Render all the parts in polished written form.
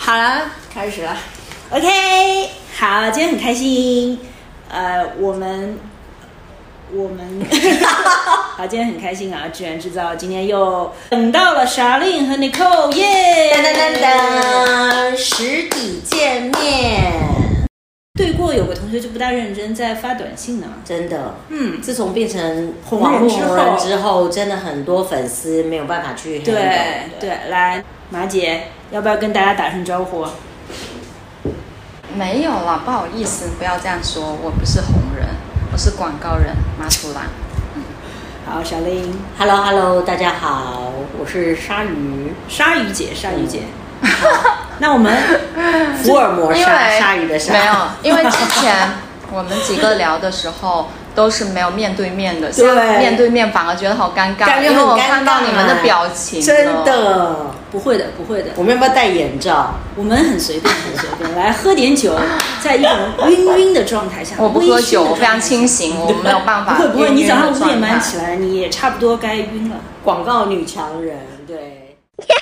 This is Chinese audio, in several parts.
好了，开始了。OK， 好，今天很开心。我们好，今天很开心啊！智源制造今天又等到了Charlene和 Nicole， 耶！ 噔噔噔噔，实体见面。 对过有个同学就不大认真，在发短信呢。 真的， 自从变成红人之后，真的很多粉丝没有办法去。 对，来，马姐，要不要跟大家打声招呼？ 没有啦，不好意思，不要这样说，我不是红人，我是广告人马楚兰。 好 ，Charlene，Hello， 大家好，我是鲨鱼姐。那我们福尔摩沙鲨鱼的鲨没有，因为之前我们几个聊的时候都是没有面对面的，像面对面反而觉得好尴尬，因为我看到你们的表情。 真的， 不会的。 我们要不要戴眼罩？ 我们很随便。来喝点酒，在一种晕的状态下。 我不喝酒，我非常清醒，我没有办法。 不会，你早上5点半起来，你也差不多该晕了。 广告女强人，对。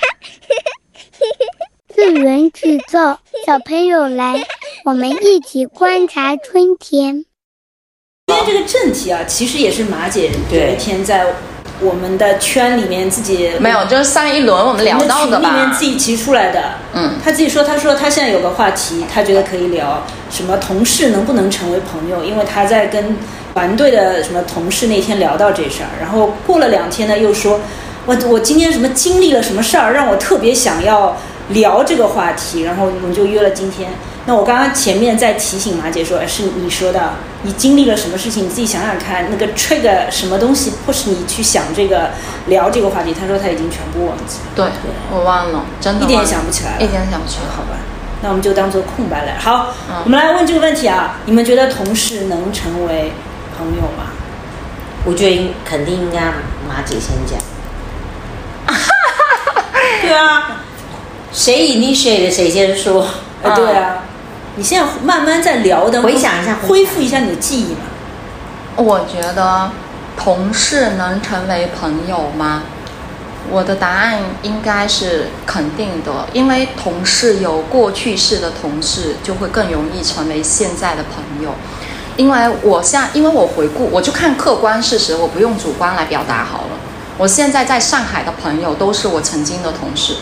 智源制造，小朋友来，我们一起观察春天。 今天这个正题啊，其实也是马姐有一天在我们的圈里面自己没有，就是上一轮我们聊到的吧， 里面自己提出来的。他自己说，他现在有个话题，他觉得可以聊什么同事能不能成为朋友，因为他在跟团队的什么同事那天聊到这事儿，然后过了2天呢，又说我今天什么经历了什么事儿，让我特别想要聊这个话题，然后我们就约了今天。那我刚刚前面在提醒马姐说，是你说的，你经历了什么事情，你自己想想看，那个 trigger 什么东西迫使你去想这个聊这个话题。他说他已经全部忘记了。 对，我忘了，真的一点也想不起来了， 一点也想不起来。 好吧，那我们就当做空白来。好，我们来问这个问题啊，你们觉得同事能成为朋友吗？ 我觉得肯定应该马姐先讲。 对啊， 谁 initiate 谁先说。 对啊，你现在慢慢在聊的， 回想一下， 恢复一下你的记忆嘛。 我觉得同事能成为朋友吗？我的答案应该是肯定的，因为同事有过去式的同事，就会更容易成为现在的朋友。因为我回顾，我就看客观事实，我不用主观来表达好了。我现在在上海的朋友都是我曾经的同事，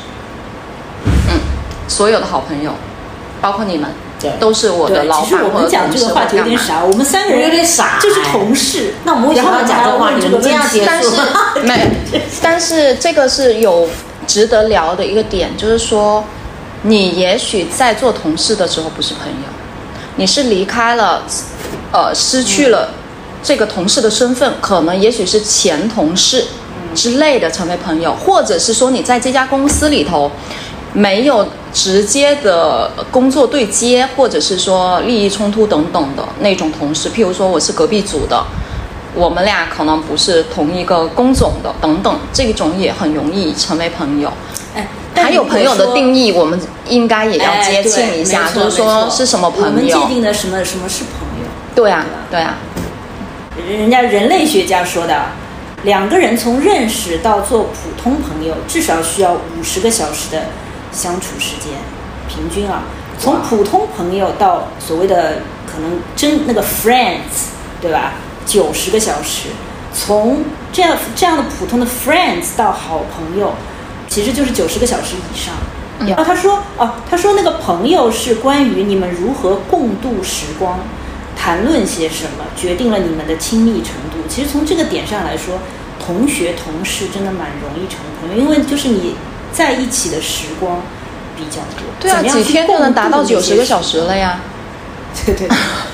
所有的好朋友。包括你们，都是我的老板。 其实我们讲这个话题有点傻，我们3个人有点傻， 就是同事。 那我们为什么要讲这个话题？这样结束。 但是这个是有值得聊的一个点，就是说，你也许在做同事的时候不是朋友，你是离开了，失去了这个同事的身份，可能也许是前同事之类的成为朋友，或者是说你在这家公司里头。没有直接的工作对接，或者是说利益冲突等等的那种同事，譬如说我是隔壁组的，我们俩可能不是同一个工种的等等，这种也很容易成为朋友。还有朋友的定义，我们应该也要接近一下，就是说是什么朋友？我们界定的什么是朋友？ 对啊。 人家人类学家说的，2个人从认识到做普通朋友，至少需要50个小时的相处时间，平均啊，从普通朋友到所谓的可能真那个 friends， 对吧？90个小时，从这样的普通的 friends 到好朋友，其实就是90个小时以上。然后他说那个朋友是关于你们如何共度时光，谈论些什么，决定了你们的亲密程度。其实从这个点上来说，同学同事真的蛮容易成为朋友，因为就是你在一起的时光比较多。 对啊，几天就能达到90个小时了呀。 对，对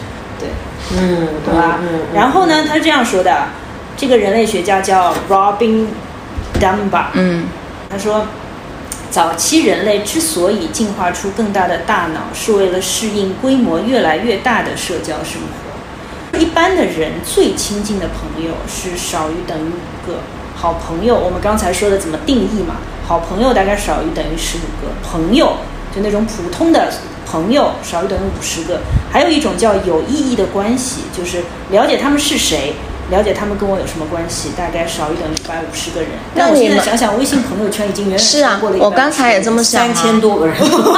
吧？然后呢，他是这样说的，这个人类学家叫 Robin Dunbar，他说，早期人类之所以进化出更大的大脑，是为了适应规模越来越大的社交生活。一般的人最亲近的朋友是少于等于5个。好朋友，我们刚才说的怎么定义嘛？好朋友大概少于等于15个，朋友就那种普通的朋友少于等于50个。还有一种叫有意义的关系，就是了解他们是谁，了解他们跟我有什么关系，大概少于等于150个人。但我现在想想，微信朋友圈已经远远超过了150个人。 是啊，我刚才也这么想 ，3000多个人。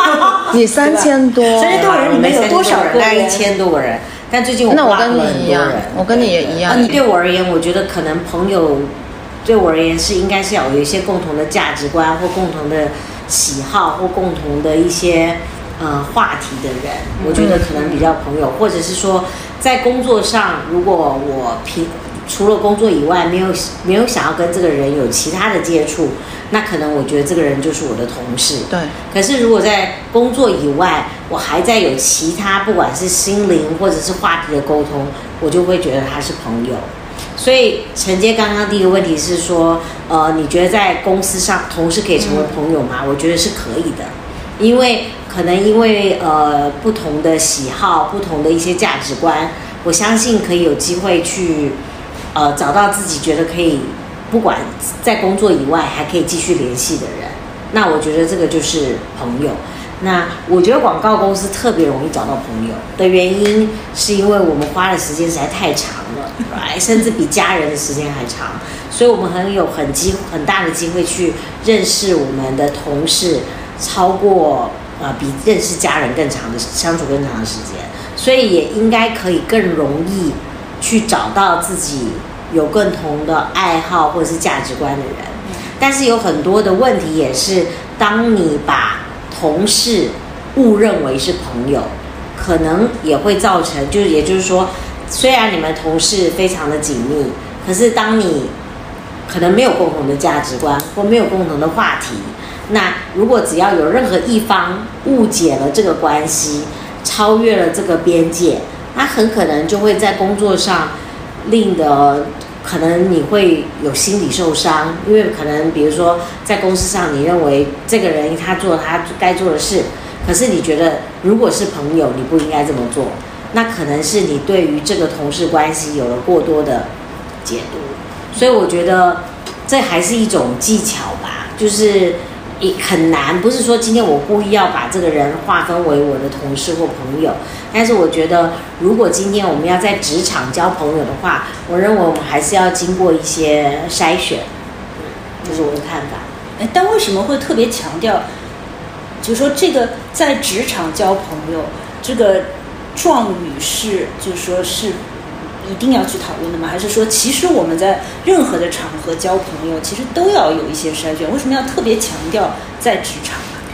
你3000多 ，3000多人里面有多少个人？ 人 1000多个人。但最近我那我跟 block了很你一样多人， 我跟你也一样。 对我而言，我觉得可能朋友对我而言是应该是要有一些共同的价值观或共同的喜好或共同的一些话题的人，我觉得可能比较朋友，或者是说在工作上，如果我除了工作以外没有想要跟这个人有其他的接触，那可能我觉得这个人就是我的同事。 对。 可是如果在工作以外，我还在有其他不管是心灵或者是话题的沟通，我就会觉得他是朋友。所以承接刚刚第一个问题是说，你觉得在公司上同事可以成为朋友吗？我觉得是可以的，因为不同的喜好、不同的一些价值观，我相信可以有机会去找到自己觉得可以，不管在工作以外还可以继续联系的人。那我觉得这个就是朋友。那我觉得广告公司特别容易找到朋友的原因，是因为我们花的时间实在太长了，right？ 甚至比家人的时间还长，所以我们很大的机会去认识我们的同事，超过比认识家人相处更长的时间，所以也应该可以更容易去找到自己有共同的爱好或者是价值观的人。但是有很多的问题也是，当你把同事误认为是朋友，可能也会造成，也就是说，虽然你们同事非常的紧密，可是当你可能没有共同的价值观或没有共同的话题，那如果只要有任何一方误解了这个关系，超越了这个边界，那很可能就会在工作上可能你会有心理受伤，因为可能比如说在公司上，你认为这个人他做他该做的事，可是你觉得如果是朋友，你不应该这么做，那可能是你对于这个同事关系有了过多的解读。所以我觉得这还是一种技巧吧，就是也很难，不是说今天我故意要把这个人划分为我的同事或朋友，但是我觉得如果今天我们要在职场交朋友的话，我认为我们还是要经过一些筛选，这是我的看法。 但为什么会特别强调，就是说这个在职场交朋友这个状语是，就是说是一定要去讨论的吗？还是说其实我们在任何的场合交朋友，其实都要有一些筛选？为什么要特别强调在职场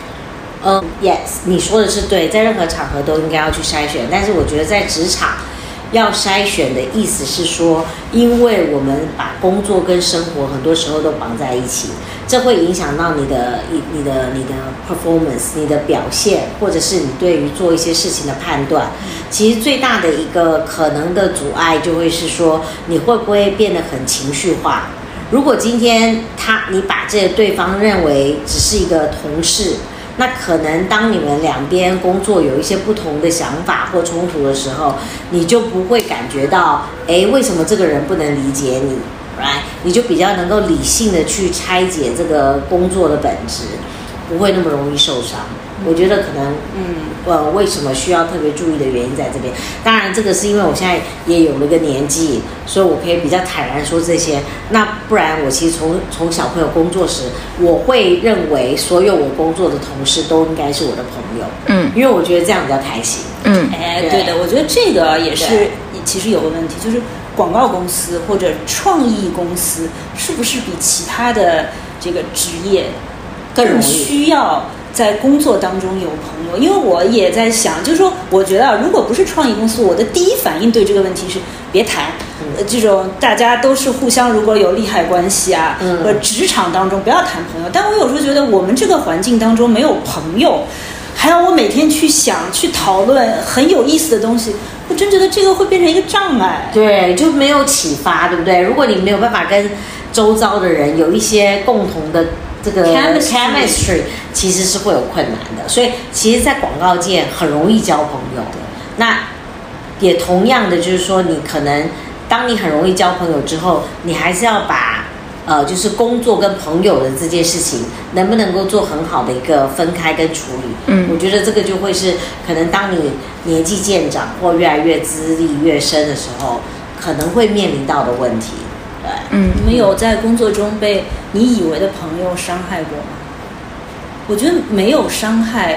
？Yes， 你说的是对，在任何场合都应该要去筛选，但是我觉得在职场要筛选的意思是说，因为我们把工作跟生活很多时候都绑在一起，这会影响到你的 performance， 你的表现，或者是你对于做一些事情的判断。其实最大的一个可能的阻碍就会是说，你会不会变得很情绪化？如果今天你把这个对方认为只是一个同事，那可能当你们两边工作有一些不同的想法或冲突的时候，你就不会感觉到，为什么这个人不能理解你 ，right？ 你就比较能够理性的去拆解这个工作的本质，不会那么容易受伤。我觉得可能，为什么需要特别注意的原因在这边。当然，这个是因为我现在也有了一个年纪，所以我可以比较坦然说这些。那不然，我其实从小朋友工作时，我会认为所有我工作的同事都应该是我的朋友。因为我觉得这样比较开心。 对的，我觉得这个也是其实有个问题，就是广告公司或者创意公司是不是比其他的这个职业更需要在工作当中有朋友？因为我也在想，就是说我觉得如果不是创意公司，我的第一反应对这个问题是别谈，这种大家都是互相如果有利害关系啊，职场当中不要谈朋友。但我有时候觉得我们这个环境当中没有朋友，还要我每天去想去讨论很有意思的东西，我真觉得这个会变成一个障碍。 对，就没有启发，对不对？如果你没有办法跟周遭的人有一些共同的这个 chemistry， 其实是会有困难的。所以其实在广告界很容易交朋友。那也同样的就是说，你可能当你很容易交朋友之后，你还是要把就是工作跟朋友的这件事情能不能够做很好的一个分开跟处理。我觉得这个就会是可能当你年纪渐长或越来越资历越深的时候，可能会面临到的问题。 你们有在工作中被你以为的朋友伤害过吗？我觉得没有伤害，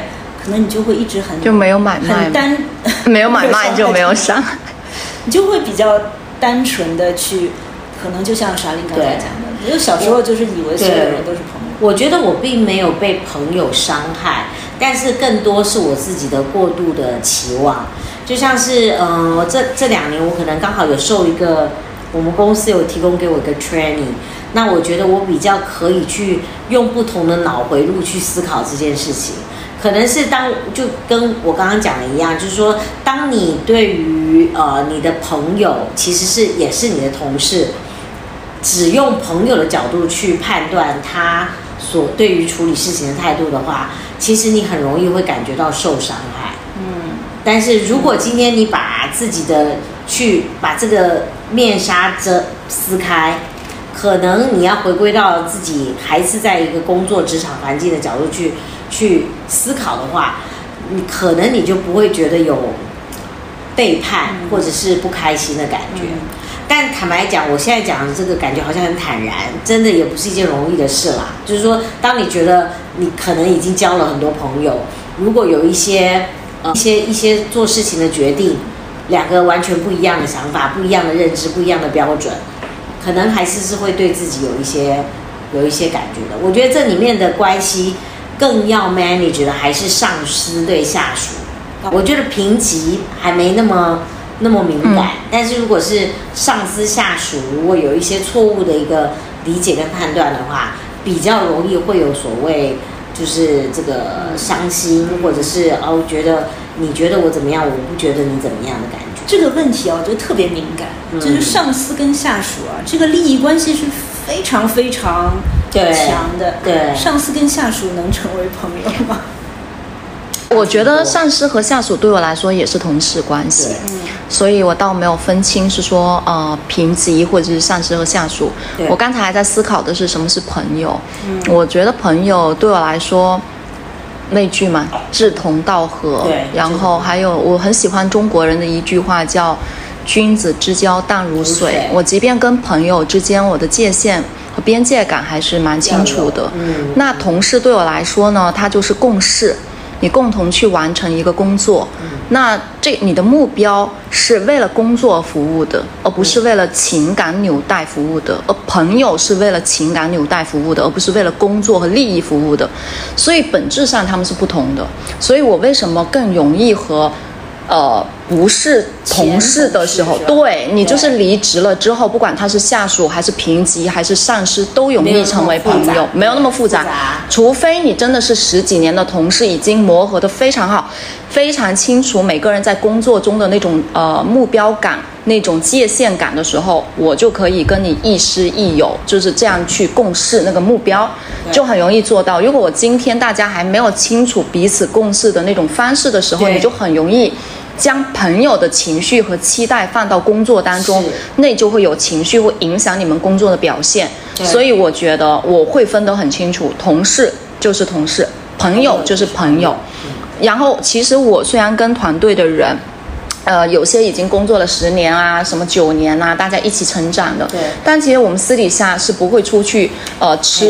可能你就会一直就没有买卖， 很单， 没有买卖就没有伤害， 你就会比较单纯的去，可能就像莎琳刚才讲的，就小时候就是以为所有人都是朋友。 我觉得我并没有被朋友伤害，但是更多是我自己的过度的期望。就像是这2年我可能刚好有受一个，我们公司有提供给我一个 training， 那我觉得我比较可以去用不同的脑回路去思考这件事情。可能是就跟我刚刚讲的一样，就是说，当你对于你的朋友其实也是你的同事，只用朋友的角度去判断他所对于处理事情的态度的话，其实你很容易会感觉到受伤害。但是如果今天你把自己的把这个面纱撕开，可能你要回归到自己还是在一个工作职场环境的角度去思考的话，可能你就不会觉得有背叛或者是不开心的感觉。但坦白讲，我现在讲的这个感觉好像很坦然，真的也不是一件容易的事啦。就是说，当你觉得你可能已经交了很多朋友，如果有一些做事情的决定，两个完全不一样的想法、不一样的认知、不一样的标准，可能还是会对自己有一些感觉的。我觉得这里面的关系更要 manage 的还是上司对下属。我觉得评级还没那么敏感，但是如果是上司下属，如果有一些错误的一个理解跟判断的话，比较容易会有所谓就是这个伤心，或者是觉得你觉得我怎么样，我不觉得你怎么样的感觉。 这个问题我觉得特别敏感，就是上司跟下属这个利益关系是非常非常强的。 对， 上司跟下属能成为朋友吗？ 我觉得上司和下属对我来说也是同事关系，所以我倒没有分清是说平级或者是上司和下属。我刚才还在思考的是什么是朋友。我觉得朋友对我来说，那句嘛，志同道合。然后还有我很喜欢中国人的一句话叫君子之交淡如水。我即便跟朋友之间，我的界限和边界感还是蛮清楚的。那同事对我来说呢，它就是共事，你共同去完成一个工作，那你的目标是为了工作服务的，而不是为了情感纽带服务的。而朋友是为了情感纽带服务的，而不是为了工作和利益服务的。所以本质上他们是不同的。所以我为什么更容易和不是同事的时候，对，你就是离职了之后，不管他是下属还是平级还是上司，都容易成为朋友，没有那么复杂。除非你真的是10几年的同事，已经磨合得非常好，非常清楚每个人在工作中的那种目标感、那种界限感的时候，我就可以跟你亦师亦友，就是这样去共事那个目标，就很容易做到。如果我今天大家还没有清楚彼此共事的那种方式的时候，你就很容易将朋友的情绪和期待放到工作当中，那就会有情绪，会影响你们工作的表现。所以我觉得我会分得很清楚，同事就是同事，朋友就是朋友。然后其实我虽然跟团队的人有些已经工作了10年啊，什么9年啊，大家一起成长的。但其实我们私底下是不会出去吃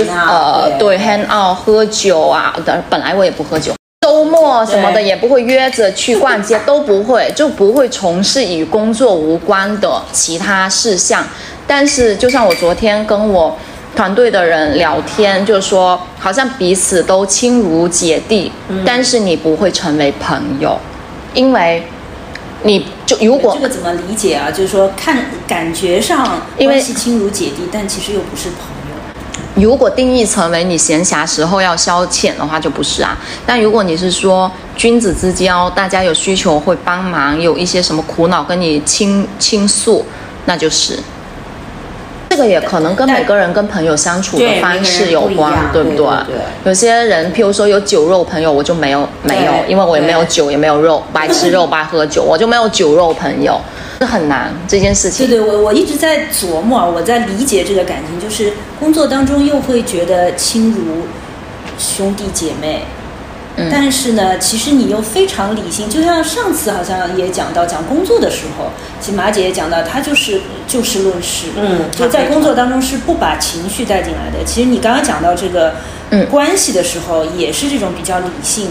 hang out 喝酒啊的，本来我也不喝酒。周末什么的也不会约着去逛街，都不会，就不会从事与工作无关的其他事项。但是就像我昨天跟我团队的人聊天，就说好像彼此都亲如姐弟，但是你不会成为朋友，因为你就如果这个怎么理解啊？就是说感觉上关系亲如姐弟，但其实又不是朋友。 如果定义成为你闲暇时候要消遣的话，就不是啊。但如果你是说君子之交，大家有需求会帮忙，有一些什么苦恼跟你倾诉，那就是。这个也可能跟每个人跟朋友相处的方式有关， 对不对？有些人譬如说有酒肉朋友，我就没有，因为我也没有酒也没有肉，白吃肉白喝酒，我就没有酒肉朋友，是很难这件事情。 对，我一直在琢磨，我在理解这个感情，就是工作当中又会觉得亲如兄弟姐妹，但是呢，其实你又非常理性，就像上次好像也讲工作的时候，其实马姐也讲到，她就是就事论事，就在工作当中是不把情绪带进来的。其实你刚刚讲到这个关系的时候，也是这种比较理性，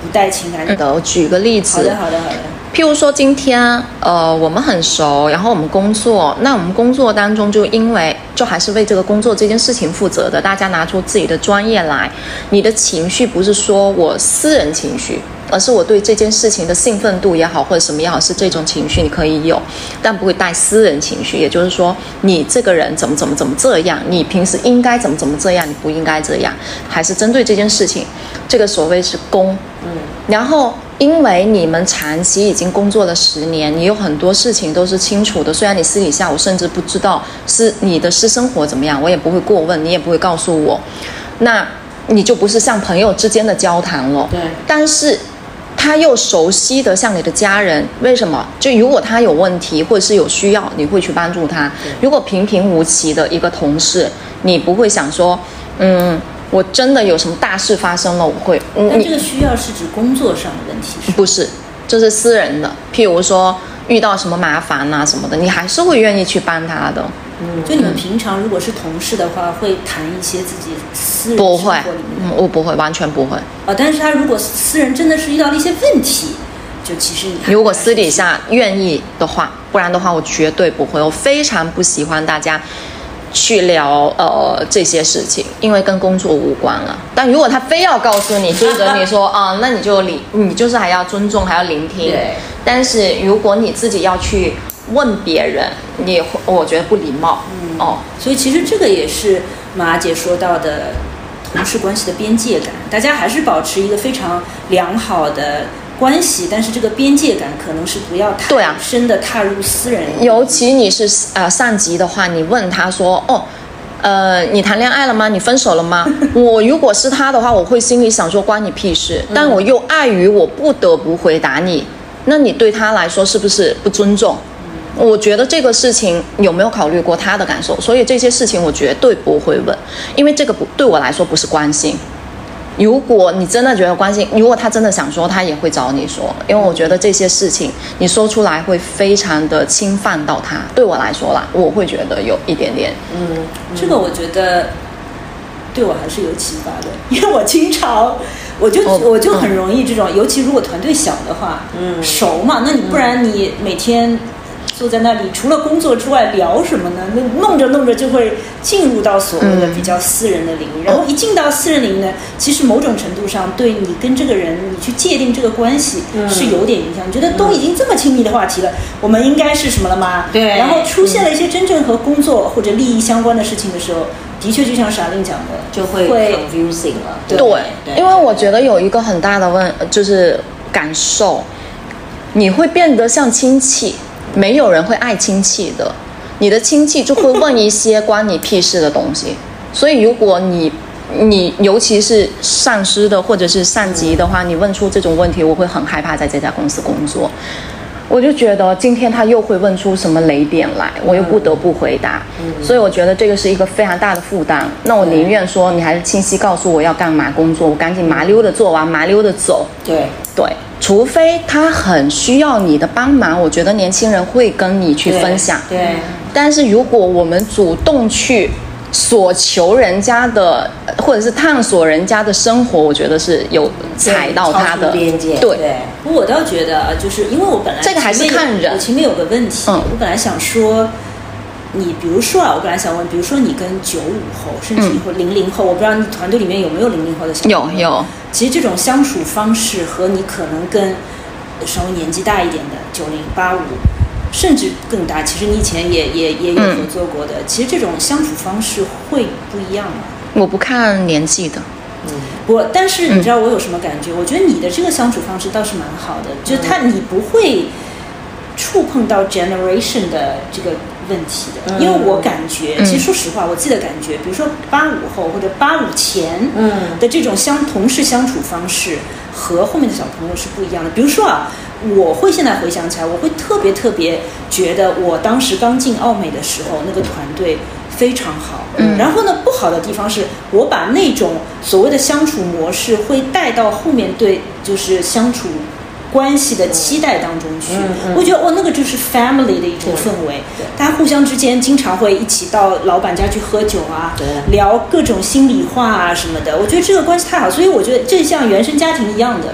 不带情感的。我举个例子。 好的。 譬如说今天我们很熟，然后我们工作，那我们工作当中就还是为这个工作这件事情负责的，大家拿出自己的专业来，你的情绪不是说我私人情绪，而是我对这件事情的兴奋度也好或者什么也好，是这种情绪你可以有，但不会带私人情绪。也就是说你这个人怎么这样，你平时应该怎么这样，你不应该这样，还是针对这件事情，这个所谓是公。然后因为你们长期已经工作了10年，你有很多事情都是清楚的，虽然你私底下我甚至不知道是你的私生活怎么样，我也不会过问，你也不会告诉我，那你就不是像朋友之间的交谈了。 对。 但是他又熟悉的像你的家人，为什么？就如果他有问题或者是有需要，你会去帮助他。如果平平无奇的一个同事，你不会想说我真的有什么大事发生了，我会。 那这个需要是指工作上的问题是？ 不是，这是私人的。譬如说遇到什么麻烦啊什么的，你还是会愿意去帮他的。 就你们平常如果是同事的话，会谈一些自己私人生活里面的？ 我不会，完全不会。 但是他如果私人真的是遇到了一些问题，就其实你如果私底下愿意的话，不然的话我绝对不会。我非常不喜欢大家去聊这些事情，因为跟工作无关了。但如果他非要告诉你，追着你说那你就是还要尊重，还要聆听。 对。 但是如果你自己要去问别人，我觉得不礼貌。 所以其实这个也是马姐说到的同事关系的边界感，大家还是保持一个非常良好的关系，但是这个边界感可能是不要太深的踏入私人。 尤其你是上级的话，你问他说你谈恋爱了吗？你分手了吗？我如果是他的话，我会心里想说关你屁事，但我又碍于我不得不回答你，那你对他来说是不是不尊重？我觉得这个事情有没有考虑过他的感受？所以这些事情我绝对不会问，因为这个对我来说不是关心。如果你真的觉得关心，如果他真的想说，他也会找你说，因为我觉得这些事情你说出来会非常的侵犯到他。对我来说啦，我会觉得有一点点。 这个我觉得对我还是有启发的，因为我经常我就很容易这种，尤其如果团队小的话，熟嘛，那你不然你每天坐在那里，除了工作之外聊什么呢？那弄着就会进入到所谓的比较私人的领域，然后一进到私人领域呢，其实某种程度上对你跟这个人，你去界定这个关系是有点影响。你觉得都已经这么亲密的话题了，我们应该是什么了吗？ 对。 然后出现了一些真正和工作或者利益相关的事情的时候，的确就像傻令讲的， 就会 confusing 了。 对，因为我觉得有一个很大的就是感受，你会变得像亲戚。没有人会爱亲戚的，你的亲戚就会问一些关你屁事的东西。所以如果你尤其是上司的或者是上级的话，你问出这种问题，我会很害怕在这家公司工作。我就觉得今天他又会问出什么雷点来，我又不得不回答。所以我觉得这个是一个非常大的负担。那我宁愿说你还是清晰告诉我要干嘛工作，我赶紧麻溜的做完，麻溜的走。 对。 除非他很需要你的帮忙，我觉得年轻人会跟你去分享。 对。 但是如果我们主动去索求人家的，或者是探索人家的生活，我觉得是有踩到他的边界。 对。 我倒觉得就是因为我本来这个还是看人。 我前面有个问题，我本来想说，你比如说我本来想问，比如说你跟95后，甚至或00后，我不知道你团队里面有没有00后的小朋友。 有。 其实这种相处方式和你可能跟稍微年纪大一点的90、85，甚至更大，其实你以前也有合作过的，其实这种相处方式会不一样吗？ 我不看年纪的。 但是你知道我有什么感觉？我觉得你的这个相处方式倒是蛮好的，就是你不会触碰到 generation 的这个问题的，因为我感觉，其实说实话，我自己的感觉，比如说85后或者85前的这种同事相处方式和后面的小朋友是不一样的。比如说我会现在回想起来，我会特别觉得我当时刚进奥美的时候，那个团队非常好。然后呢，不好的地方是我把那种所谓的相处模式会带到后面对就是相处关系的期待当中去。我觉得那个就是 family 的一种氛围，大家互相之间经常会一起到老板家去喝酒啊，聊各种心里话啊什么的。我觉得这个关系太好，所以我觉得这像原生家庭一样的。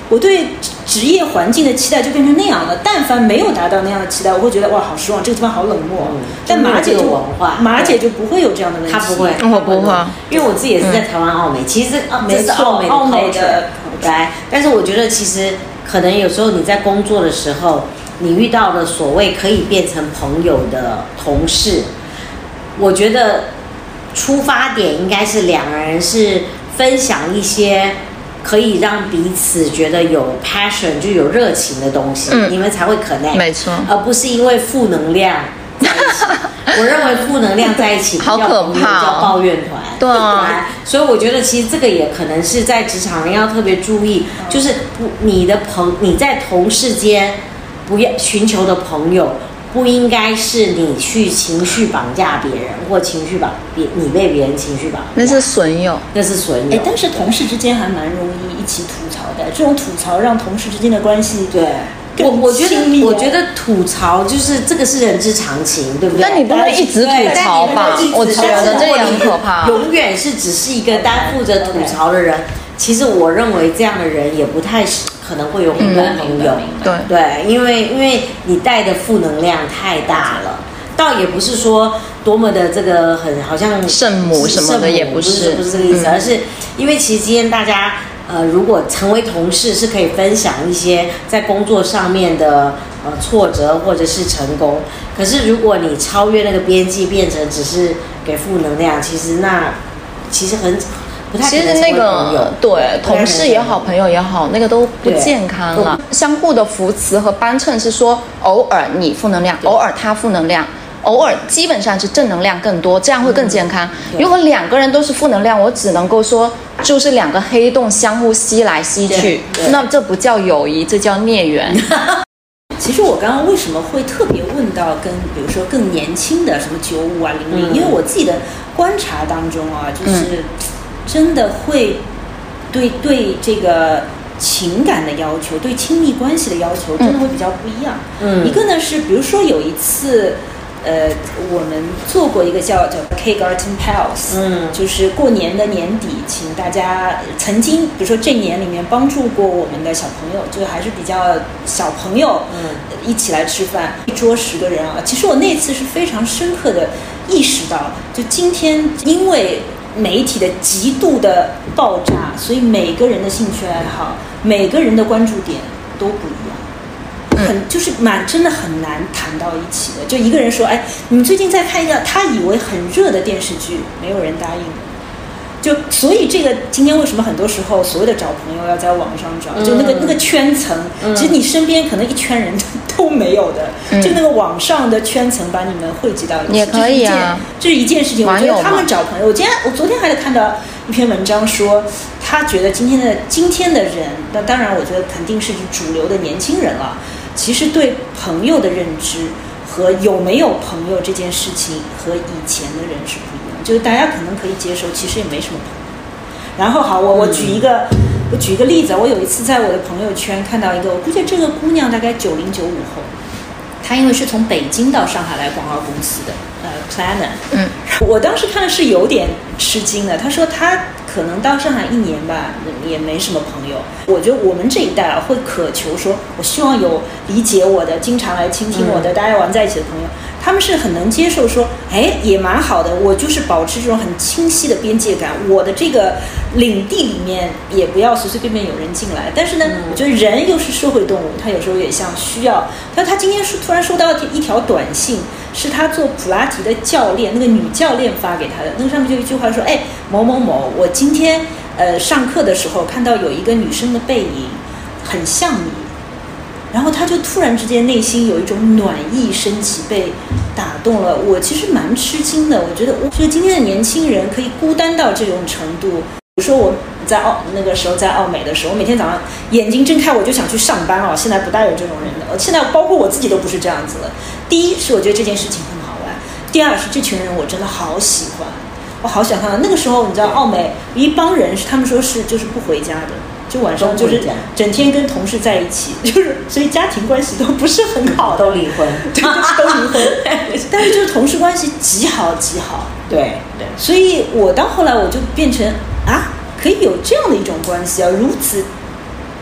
我对职业环境的期待就变成那样了。但凡没有达到那样的期待，我会觉得哇，好失望，这个地方好冷漠。但马姐就不会有这样的问题， 她不会， 我不会， 因为我自己也是在台湾奥美，其实这是奥美的来，但是我觉得其实可能有时候你在工作的时候，你遇到的所谓可以变成朋友的同事，我觉得出发点应该是两个人是分享一些可以让彼此觉得有 passion 就有热情的东西，你们才会 connect， 没错， 而不是因为负能量在一起。我认为负能量在一起好可怕， 叫抱怨团。 对啊， 所以我觉得其实这个也可能是在职场人要特别注意，就是你在同事间不要寻求的朋友，不应该是你去情绪绑架别人，或情绪你被别人情绪绑架， 那是损友， 那是损友。 但是同事之间还蛮容易一起吐槽的，这种吐槽让同事之间的关系对。我觉得吐槽就是这个是人之常情，对不对？ 但你不能一直吐槽吧？我觉得这也很可怕。 永远是只是一个单负责吐槽的人，其实我认为这样的人也不太可能会有很多朋友。对，因为你带的负能量太大了，倒也不是说多么的这个很好像圣母什么的，也不是这个意思，而是因为其实今天大家。如果成为同事，是可以分享一些在工作上面的挫折或者是成功。可是如果你超越那个边际，变成只是给负能量，其实很不太可能成为朋友。 对，同事也好，朋友也好，那个都不健康了。相互的扶持和帮衬是说，偶尔你负能量，偶尔他负能量。偶尔基本上是正能量更多，这样会更健康。如果两个人都是负能量，我只能够说就是两个黑洞相互吸来吸去，那这不叫友谊，这叫孽缘。 其实我刚刚为什么会特别问到跟比如说更年轻的什么95啊00，因为我自己的观察当中啊，就是真的会对这个情感的要求，对亲密关系的要求真的会比较不一样。一个呢是比如说有一次。我们做过一个叫 K Garten Pals，就是过年的年底，请大家曾经比如说这年里面帮助过我们的小朋友，就还是比较小朋友，一起来吃饭，一桌10个人啊。其实我那次是非常深刻的意识到，就今天因为媒体的极度的爆炸，所以每个人的兴趣爱好，每个人的关注点都不一样。就是真的很难谈到一起的。就一个人说，哎，你们最近在看一个他以为很热的电视剧，没有人答应的。所以这个今天为什么很多时候所谓的找朋友要在网上找，就那个圈层，其实你身边可能一圈人都没有的，就那个网上的圈层把你们汇集到一起， 也可以啊。 这是一件事情。我觉得他们找朋友，我昨天还看到一篇文章说，他觉得今天的人，那当然我觉得肯定是主流的年轻人了。其实对朋友的认知和有没有朋友这件事情和以前的人是不一样，就是大家可能可以接受，其实也没什么朋友。然后好，我举一个例子，我有一次在我的朋友圈看到一个，我估计这个姑娘大概90、95后，她因为是从北京到上海来广告公司的，Planner，我当时看的是有点吃惊的。她说她可能到上海1年吧，也没什么朋友。我觉得我们这一代啊，会渴求说，我希望有理解我的、经常来倾听我的、大家玩在一起的朋友。他们是很能接受说，哎，也蛮好的，我就是保持这种很清晰的边界感，我的这个领地里面也不要随随便便有人进来。但是呢，我觉得人又是社会动物，他有时候也像需要。他今天突然收到一条短信，是他做普拉提的教练，那个女教练发给他的，那个上面就一句话说，哎，某某某，我今天上课的时候看到有一个女生的背影，很像你。然后他就突然之间内心有一种暖意升起，被打动了。我其实蛮吃惊的，我觉得今天的年轻人可以孤单到这种程度。比如说我在那个时候在奥美的时候，我每天早上眼睛睁开我就想去上班啊。现在不大有这种人的，现在包括我自己都不是这样子了。第一是我觉得这件事情很好玩，第二是这群人我真的好喜欢，我好喜欢。那个时候你知道奥美一帮人他们说就是不回家的。就晚上就是整天跟同事在一起，所以家庭关系都不是很好的， 都离婚， 对，都离婚。但是就是同事关系极好极好， 对。 所以我到后来我就变成可以有这样的一种关系啊，如此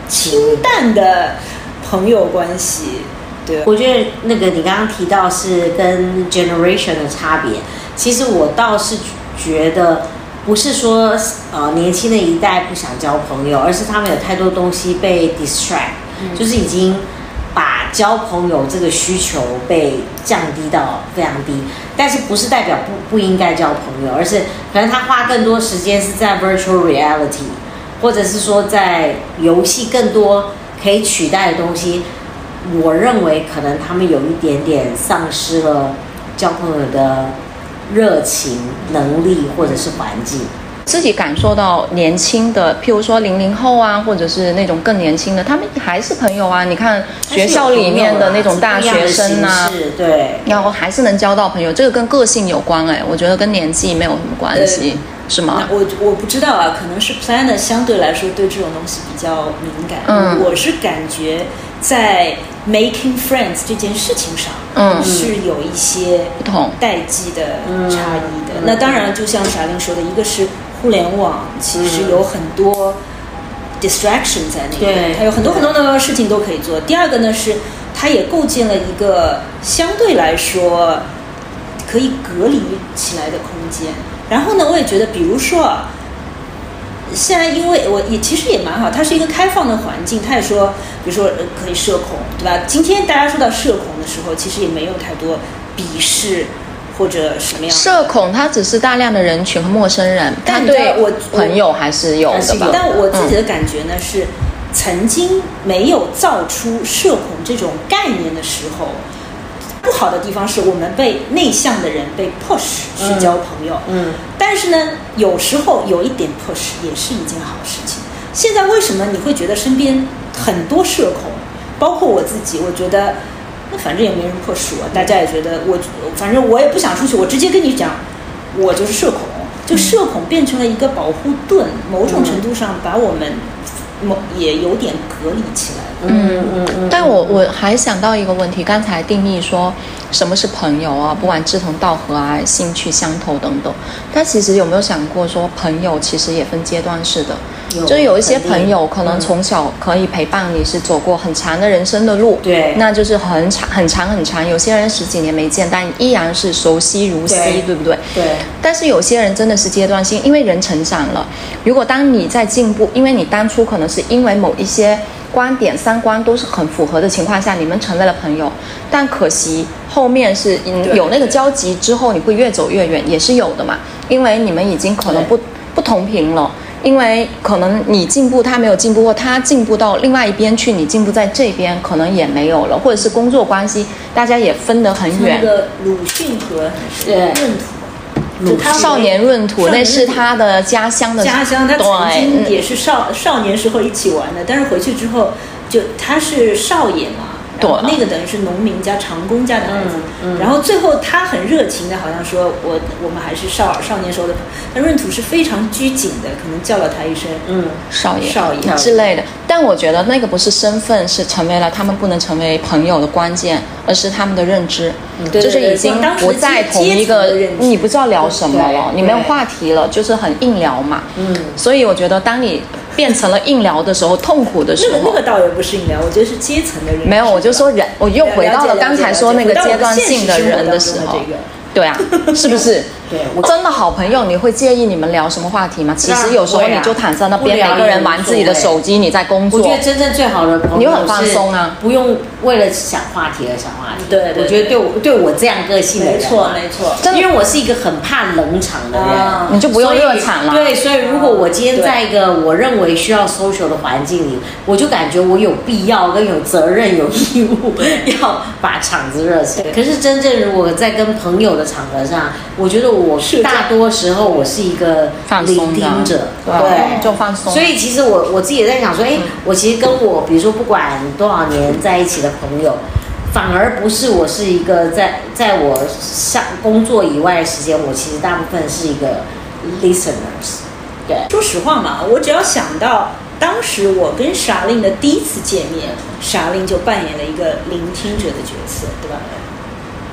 清淡的朋友关系。对， 我觉得那个你刚刚提到是跟 generation 的差别，其实我倒是觉得不是说年轻的一代不想交朋友，而是他们有太多东西被 distract，就是已经把交朋友这个需求被降低到非常低。但是不是代表不应该交朋友，而是可能他花更多时间是在 virtual reality， 或者是说在游戏更多可以取代的东西。我认为可能他们有一点点丧失了交朋友的热情、能力或者是环境。 自己感受到年轻的，譬如说00后啊，或者是那种更年轻的，他们还是朋友啊。你看学校里面的那种大学生啊， 对， 然后还是能交到朋友，这个跟个性有关我觉得跟年纪没有什么关系，是吗？ 我不知道啊，可能是 planner 相对来说对这种东西比较敏感。我是感觉在 making friends 这件事情上，是有一些不同代际的差异的。那当然，就像傻玲说的，一个是互联网其实有很多 distraction 在那边，它有很多的事情都可以做。第二个呢是，它也构建了一个相对来说可以隔离起来的空间。然后呢，我也觉得，比如说啊，现在因为我也其实也蛮好，它是一个开放的环境。他也说，比如说可以社恐，对吧？今天大家说到社恐的时候，其实也没有太多鄙视。或者什么样的社恐，它只是大量的人群和陌生人，他对朋友还是有的吧？ 但我自己的感觉呢是，曾经没有造出社恐这种概念的时候，不好的地方是我们被内向的人被 push 去交朋友，但是呢，有时候有一点 push 也是一件好事情。现在为什么你会觉得身边很多社恐，包括我自己，我觉得。那反正也没人破除啊，大家也觉得反正我也不想出去，我直接跟你讲，我就是社恐，就社恐变成了一个保护盾，某种程度上把我们也有点隔离起来。 但我还想到一个问题，刚才定义说什么是朋友啊，不管志同道合啊，兴趣相投等等，但其实有没有想过说，朋友其实也分阶段式的。就是有一些朋友可能从小可以陪伴你是走过很长的人生的路， 对， 那就是很长很长很长。有些人10几年没见，但依然是熟悉如昔，对不对？ 对。 但是有些人真的是阶段性，因为人成长了。如果当你在进步，因为你当初可能是因为某一些观点、三观都是很符合的情况下，你们成为了朋友，但可惜后面是有那个交集之后，你会越走越远，也是有的嘛。因为你们已经可能不同频了。因为可能你进步，他没有进步，或他进步到另外一边去，你进步在这边可能也没有了，或者是工作关系，大家也分得很远。 那个鲁迅和闰土， 少年闰土，那是他的家乡，他曾经也是少年时候一起玩的，但是回去之后，就他是少爷嘛。对，那个等于是农民家长工家的孩子，然后最后他很热情的，好像说我们还是少年时候的，但闰土是非常拘谨的，可能叫了他一声少爷之类的。但我觉得那个不是身份是成为了他们不能成为朋友的关键，而是他们的认知，就是已经不在同一个，你不知道聊什么了，你没有话题了，就是很硬聊嘛。所以我觉得当你变成了硬聊的时候，痛苦的时候， 那个倒也不是硬聊，我觉得是阶层的人。 没有，我就说人，我又回到了刚才说那个阶段性的人的时候。对啊，是不是？ 对， 真的好朋友，你会介意你们聊什么话题吗？其实有时候你就躺在那边，每个人玩自己的手机，你在工作。 我觉得真正最好的朋友， 你很放松啊， 不用为了想话题而想话题。 对， 我觉得对我这样个性的人， 没错， 因为我是一个很怕冷场的人， 你就不用热场了。 对，所以如果我今天在一个我认为需要 social 的环境里，我就感觉我有必要跟有责任、有义务要把场子热起来。可是真正如果在跟朋友的场合上，我觉得我大多时候我是一个聆听者， 对，就放松。 所以其实我自己也在想说，我其实跟我比如说不管多少年在一起的朋友，反而不是我是一个在我上工作以外的时间，我其实大部分是一个 listeners。对， 说实话嘛，我只要想到当时我跟傻令的第一次见面，傻令就扮演了一个聆听者的角色，对吧？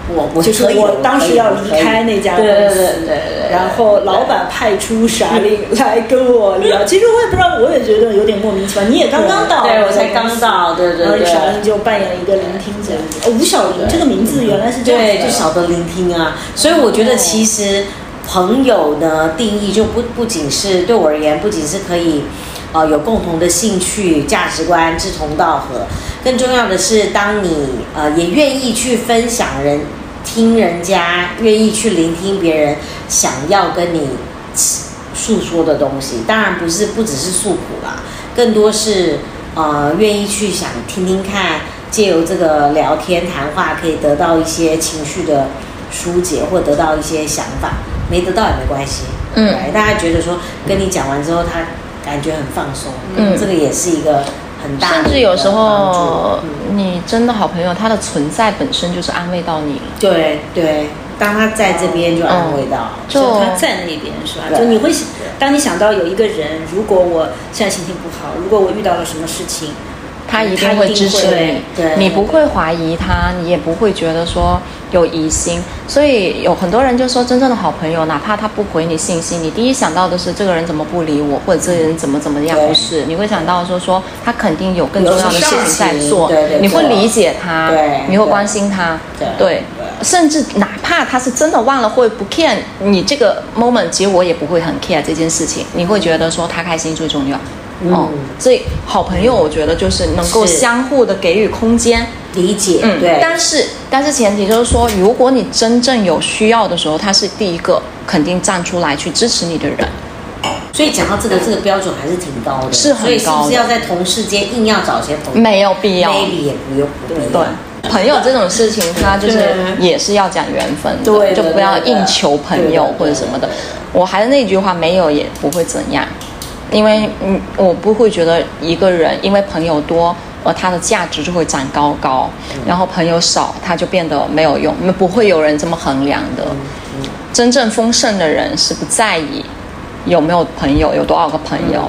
就是我当时要离开那家公司， 对， 然后老板派出傻令来跟我聊。其实我也不知道，我也觉得有点莫名其妙。你也刚刚到， 对我才刚到，对。 然后傻令就扮演了一个聆听者。吴小玲这个名字原来是这样子的， 对，就晓得聆听啊。所以我觉得其实朋友呢定义就不仅是对我而言，不仅是可以有共同的兴趣、价值观、志同道合，更重要的是，当你也愿意去分享听人家，愿意去聆听别人想要跟你诉说的东西，当然不只是诉苦啦，更多是愿意去想听听看，借由这个聊天谈话，可以得到一些情绪的疏解，或得到一些想法，没得到也没关系。大家觉得说跟你讲完之后，他感觉很放松，这个也是一个很大的， 甚至有时候你真的好朋友，他的存在本身就是安慰到你了。 对，当他在这边就安慰到， 就他在那边是吧？就你会，当你想到有一个人，如果我现在心情不好，如果我遇到了什么事情， 他一定会支持你，你不会怀疑他，你也不会觉得说有疑心。所以有很多人就说，真正的好朋友，哪怕他不回你信息，你第一想到的是这个人怎么不理我，或者这个人怎么样，不是，你会想到说他肯定有更重要的事情在做，你会理解他，你会关心他，对，甚至哪怕他是真的忘了会不 care 你这个 moment， 其实我也不会很 care 这件事情，你会觉得说他开心最重要。所以好朋友我觉得就是能够相互的给予空间理解，对。 但是前提就是说，如果你真正有需要的时候，他是第一个肯定站出来去支持你的人。 所以讲到这个标准还是挺高的， 是很高的。 所以是不是要在同事间硬要找些朋友？ 没有必要 ，maybe 也不用。 对，朋友这种事情，它就是也是要讲缘分的， 对， 就不要硬求朋友或者什么的。我还是那句话，没有也不会怎样。因为我不会觉得一个人因为朋友多他的价值就会长高，然后朋友少他就变得没有用，不会有人这么衡量的。真正丰盛的人是不在意有没有朋友，有多少个朋友。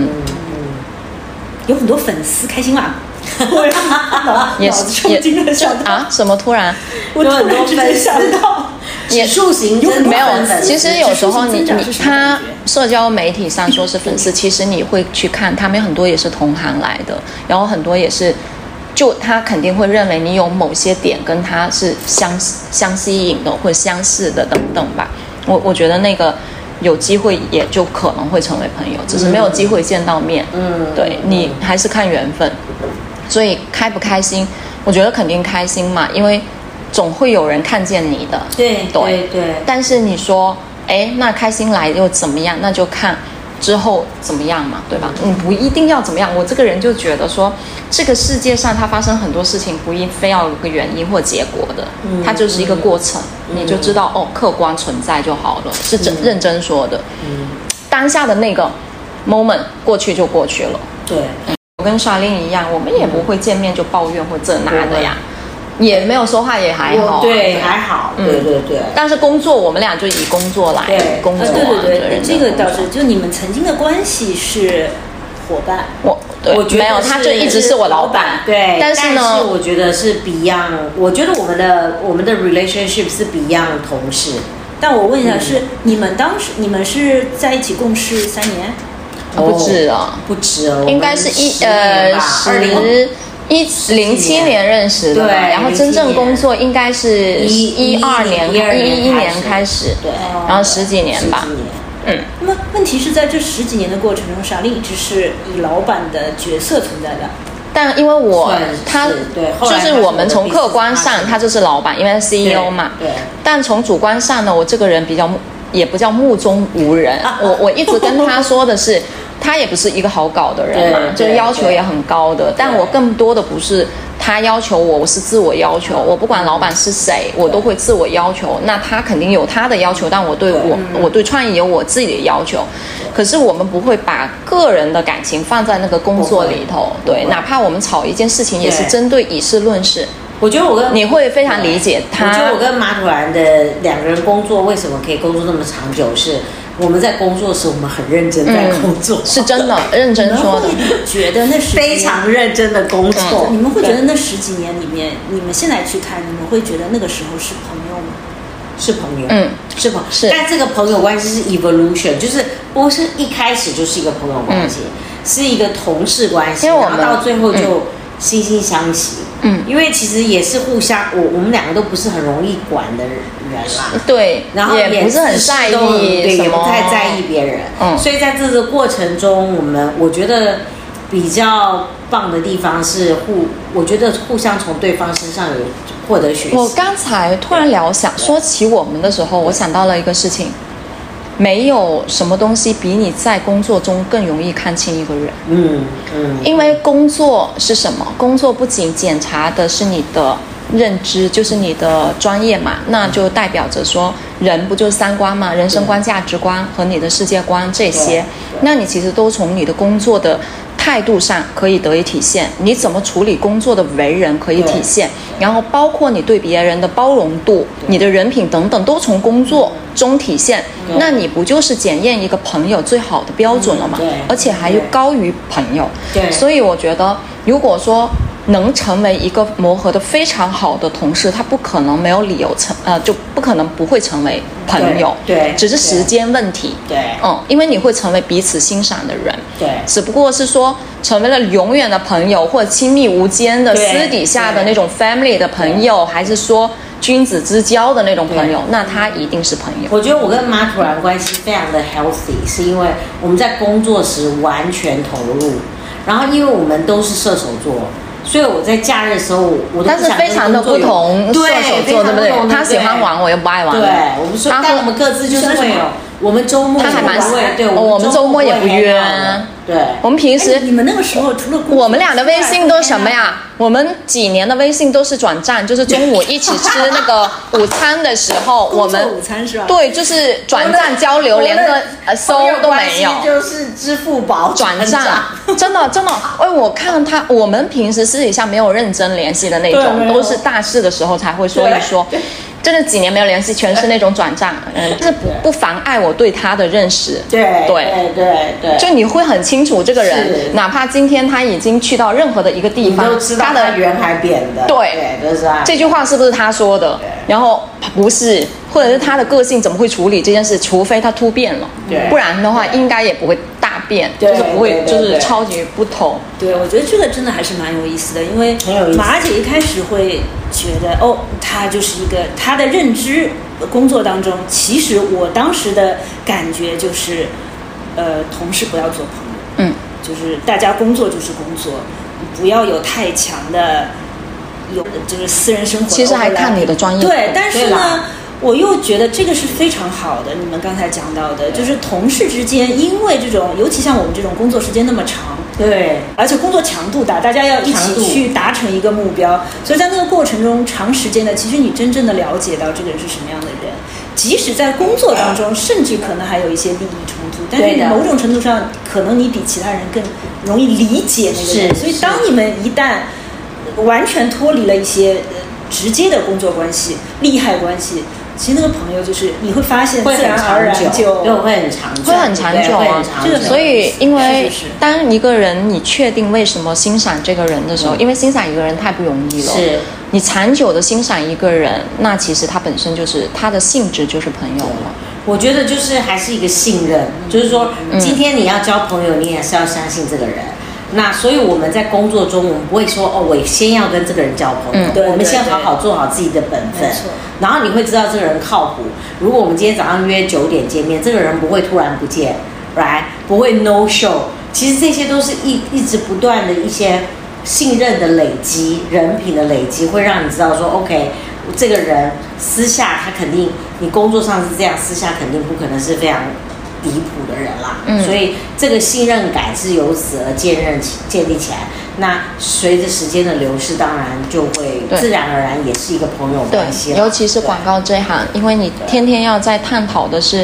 有很多粉丝开心嘛。 也什么突然？ 我突然之间想到。 指数型没有，其实有时候他社交媒体上说是粉丝，其实你会去看，他们很多也是同行来的，然后很多也是，就他肯定会认为你有某些点跟他是相吸引的或者相似的等等吧。我觉得那个有机会也就可能会成为朋友，只是没有机会见到面。对，你还是看缘分。所以开不开心，我觉得肯定开心嘛，因为总会有人看见你的。 对。 但是你说，那开心来又怎么样？那就看之后怎么样嘛，对吧？你不一定要怎么样。我这个人就觉得说，这个世界上它发生很多事情，不一非要有个原因或结果的，它就是一个过程，你就知道客观存在就好了，是认真说的。当下的那个 moment 过去就过去了。 对。 我跟莎琳一样，我们也不会见面就抱怨或这那的呀。也没有说话，也还好， 对，还好，对。 但是工作，我们俩就以工作来工作， 对，这个倒是，就你们曾经的关系是伙伴， 我觉得没有，他就一直是我老板， 对。 但是呢， 我觉得是 Beyond， 我觉得我们的 relationship 是 Beyond 同事。 但我问一下，是你们当时是在一起共事3年？ 不止啊， 不止哦， 应该是2007年认识的，对，然后真正工作应该是11年开始， 对， 然后10几年吧。 那么问题是在这10几年的过程中，莎莉一直是以老板的角色存在的。 但因为他就是我们从客观上他就是老板，因为 CEO 嘛。 对。 但从主观上呢，我这个人比较也不叫目中无人。我一直跟他说的是。他也不是一个好搞的人嘛，就是要求也很高的。但我更多的不是他要求我是自我要求。我不管老板是谁，我都会自我要求。那他肯定有他的要求，但我对创意有我自己的要求。可是我们不会把个人的感情放在那个工作里头。对，哪怕我们吵一件事情，也是针对以事论事。 我觉得你会非常理解他。 我觉得我跟马土兰的2个人工作为什么可以工作那么长久是。 我们在工作时我们很认真在工作， 是真的认真说的。 你们会觉得那非常认真的工作， 你们会觉得那10几年里面，你们现在去看，你们会觉得那个时候是朋友吗？ 是朋友，是朋友， 是。 但这个朋友关系是 evolution， 就是不是一开始就是一个朋友关系，是一个同事关系，然后到最后就惺惺相惜。因为其实也是互相，我们两个都不是很容易管的人啦， 对， 然后也不是很在意， 也不太在意别人，所以在这个过程中，我觉得比较棒的地方是我觉得互相从对方身上有获得学习。 我刚才突然说起我们的时候，我想到了一个事情。没有什么东西比你在工作中更容易看清一个人。因为工作是什么？工作不仅检查的是你的认知，就是你的专业嘛，那就代表着说人不就是三观嘛，人生观、价值观和你的世界观这些，那你其实都从你的工作的态度上可以得以体现，你怎么处理工作的为人可以体现，然后包括你对别人的包容度、你的人品等等都从工作中体现，那你不就是检验一个朋友最好的标准了吗？而且还高于朋友。所以我觉得如果说能成为一个磨合的非常好的同事，他不可能没有理由就不可能不会成为朋友，只是时间问题，因为你会成为彼此欣赏的人，只不过是说成为了永远的朋友，或者亲密无间的私底下的那种 family 的朋友，还是说君子之交的那种朋友，那他一定是朋友。 我觉得我跟马土兰关系非常的 healthy， 是因为我们在工作时完全投入，然后因为我们都是射手座，所以我在假日的时候，我都不想跟工作有， 但是非常的不同，射手座对不对？他喜欢玩，我又不爱玩。 对，我们说，但我们各自就是会有，我们周末他还蛮对， 我们周末也不约。 对， 我们平时你们那个时候除了我们俩的微信都什么呀？我们几年的微信都是转账，就是中午一起吃那个午餐的时候，我们午餐是吧？ 对，就是转账交流，连个搜都没有， 就是支付宝转账，真的。我看我们平时私底下没有认真联系的那种，都是大事的时候才会说一说。真的几年没有联系，全是那种转账，这不妨碍我对他的认识。 对， 就你会很清楚这个人，哪怕今天他已经去到任何的一个地方， 你都知道他圆还扁的。 对， 就是啊。 这句话是不是他说的？然后不是，或者是他的个性怎么会处理这件事？除非他突变了，不然的话应该也不会大变，就是不会就是超级不同。 对，我觉得这个真的还是蛮有意思的，因为马姐一开始会觉得他就是一个他的认知工作当中，其实我当时的感觉就是，同事不要做朋友，就是大家工作就是工作，不要有太强的就是私人生活。 其实还看你的专业。 对，但是呢，我又觉得这个是非常好的。你们刚才讲到的，就是同事之间，因为这种，尤其像我们这种工作时间那么长。 对， 而且工作强度大，大家要一起去达成一个目标，所以在那个过程中，长时间的，其实你真正的了解到这个人是什么样的人，即使在工作当中，甚至可能还有一些利益冲突，但是某种程度上，可能你比其他人更容易理解那个人。所以当你们一旦完全脱离了一些直接的工作关系、利害关系，其实那个朋友就是你会发现，自然而然就会很长久， 会很长久啊。所以，因为当一个人你确定为什么欣赏这个人的时候，因为欣赏一个人太不容易了。 是， 你长久的欣赏一个人，那其实他本身就是他的性质就是朋友了。 我觉得就是还是一个信任，就是说，今天你要交朋友，你也是要相信这个人。那所以我们在工作中，我们不会说我先要跟这个人交朋友，我们先好好做好自己的本分，然后你会知道这个人靠谱。如果我们今天早上约9点见面，这个人不会突然不见，不会 no show。其实这些都是一直不断的一些信任的累积、人品的累积，会让你知道说 OK， 这个人私下他肯定，你工作上是这样，私下肯定不可能是非常离谱的人啦，所以这个信任感是由此而建立起来。那随着时间的流逝，当然就会自然而然也是一个朋友关系了。 尤其是广告这一行，因为你天天要在探讨的是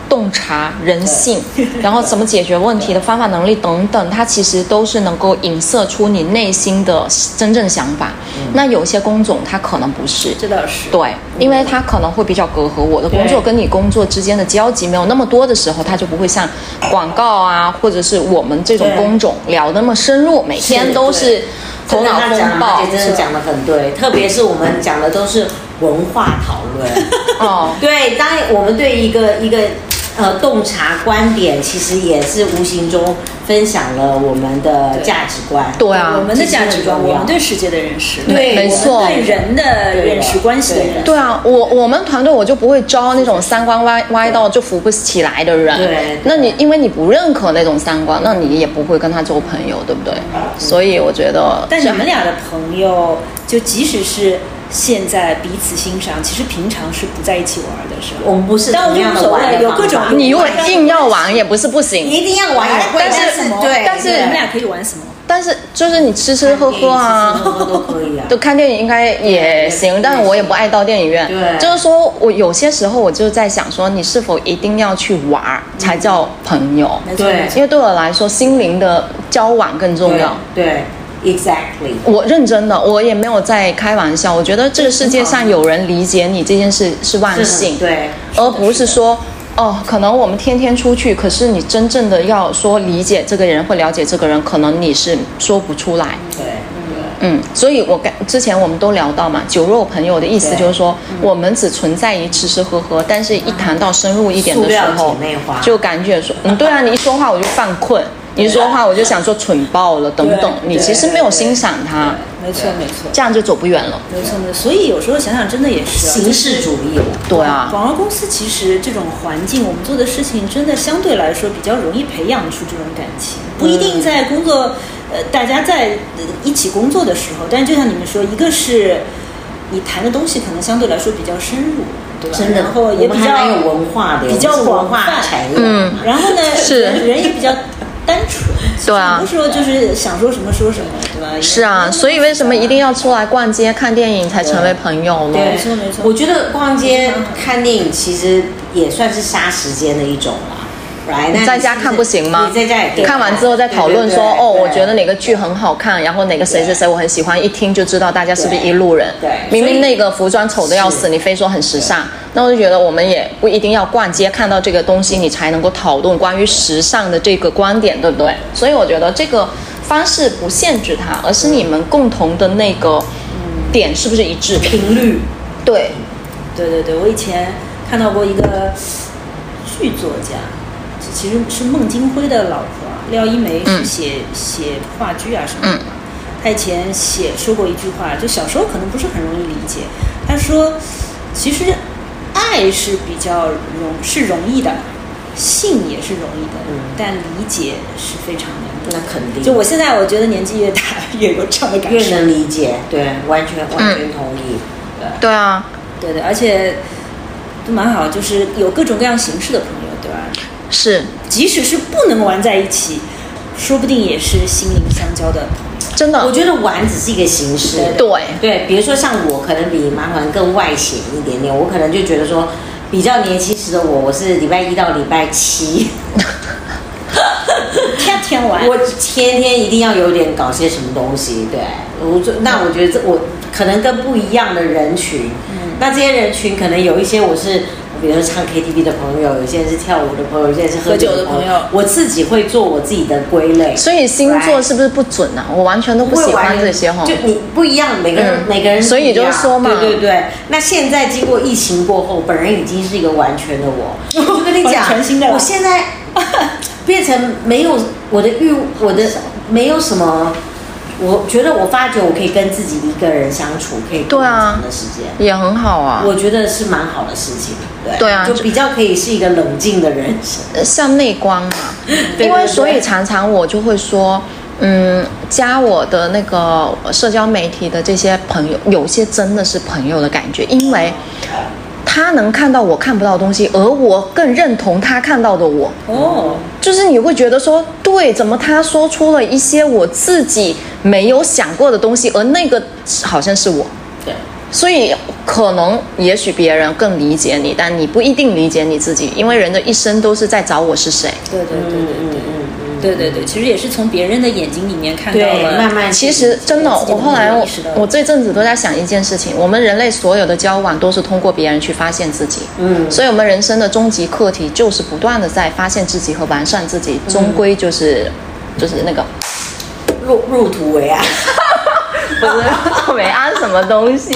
洞察人性，然后怎么解决问题的方法、能力等等，它其实都是能够影射出你内心的真正想法。那有些工种它可能不是， 这倒是对，因为它可能会比较隔阂，我的工作跟你工作之间的交集没有那么多的时候，它就不会像广告啊，或者是我们这种工种聊那么深入，每天都是头脑风暴。 真的讲得很对，特别是我们讲的都是文化讨论。 哦， 对，当我们对一个洞察观点，其实也是无形中分享了我们的价值观。 对啊， 我们的价值观，我们对世界的认识， 对， 没错， 对人的认识、关系的认识。 对啊，我们团队我就不会招那种三观歪到就扶不起来的人。 对， 那你因为你不认可那种三观，那你也不会跟他做朋友，对不对？所以我觉得， 但你们俩的朋友，就即使是现在彼此欣赏，其实平常是不在一起玩的，是吧？ 我们不是同样的玩的， 有各种。 你如果硬要玩也不是不行， 你一定要玩也会， 但是你们俩可以玩什么？ 但是就是你吃吃喝喝啊， 吃吃喝喝都可以啊。 就看电影应该也行，但是我也不爱到电影院。 对， 就是说我有些时候我就在想说，你是否一定要去玩才叫朋友？ 对， 因为对我来说，心灵的交往更重要。 对。Exactly， 我认真的，我也没有在开玩笑。我觉得这个世界上有人理解你这件事是万幸， 对， 而不是说哦，可能我们天天出去，可是你真正的要说理解这个人或了解这个人，可能你是说不出来。 对， 所以之前我们都聊到嘛，酒肉朋友的意思就是说，我们只存在于吃吃喝喝，但是一谈到深入一点的时候，就感觉说，对啊，你一说话我就犯困。你一说话我就想说蠢爆了等等，你其实没有欣赏他， 没错， 这样就走不远了。 没错，所以有时候想想，真的也是形式主义了。 对啊， 广告公司其实这种环境，我们做的事情真的相对来说比较容易培养出这种感情，不一定在工作，大家在一起工作的时候，但是就像你们说，一个是你谈的东西可能相对来说比较深入。对吧？ 真的， 然后也比较有文化的， 比较广泛产业。 然后呢，人也比较单纯。 对啊， 不是说就是想说什么说什么，对吧？ 是啊，所以为什么一定要出来逛街看电影才成为朋友呢？ 对，没错没错。 我觉得逛街看电影其实也算是杀时间的一种啦。 你在家看不行吗？ 你在家也可以看完之后再讨论说，我觉得哪个剧很好看，然后哪个谁谁谁我很喜欢，一听就知道大家是不是一路人。 对， 明明那个服装丑的要死，你非说很时尚，那我就觉得我们也不一定要逛街看到这个东西，你才能够讨论关于时尚的这个观点，对不对？所以我觉得这个方式不限制它，而是你们共同的那个点是不是一致？ 频率。 对， 我以前看到过一个剧作家。其实是孟京辉的老婆廖一梅，是写话剧啊什么的。他以前说过一句话，就小时候可能不是很容易理解。他说，其实爱是比较容易的，性也是容易的，但理解是非常难的。 那肯定。 就我现在我觉得年纪越大，越有这样的感觉， 越能理解，对，完全同意。 对啊， 对，而且都蛮好，就是有各种各样形式的朋友，对吧？ 是， 即使是不能玩在一起，说不定也是心灵相交的朋友。 真的， 我觉得玩只是一个形式。对，比如说像我可能比麻烦更外显一点点，我可能就觉得说，比较年轻时的我是礼拜1到礼拜7， 天天玩， 我天天一定要有点搞些什么东西。对，那我觉得我可能跟不一样的人群，那这些人群可能有一些我是。比如说唱 KTV 的朋友，有些人是跳舞的朋友，有些人是喝酒的朋友。我自己会做我自己的归类。 所以星座是不是不准啊？我完全都不喜欢这些哈。 就你不一样，每个人所以就是说嘛， 对。那现在经过疫情过后，本人已经是一个完全的我。我就跟你讲，我现在变成没有我的没有什么。我觉得我发觉我可以跟自己一个人相处，可以更长的时间， 也很好啊。 我觉得是蛮好的事情， 对啊， 就比较可以是一个冷静的人生， 向内观嘛。因为所以常常我就会说，加我的那个社交媒体的这些朋友，有些真的是朋友的感觉，因为他能看到我看不到的东西，而我更认同他看到的我。就是你会觉得说，对，怎么他说出了一些我自己没有想过的东西，而那个好像是我。 所以可能也许别人更理解你，但你不一定理解你自己，因为人的一生都是在找我是谁。 对，其实也是从别人的眼睛里面看到了。 慢慢。 其实真的，我后来我这阵子都在想一件事情：我们人类所有的交往都是通过别人去发现自己。所以我们人生的终极课题就是不断的在发现自己和完善自己，终归就是那个入土为安。 不是没安什么东西，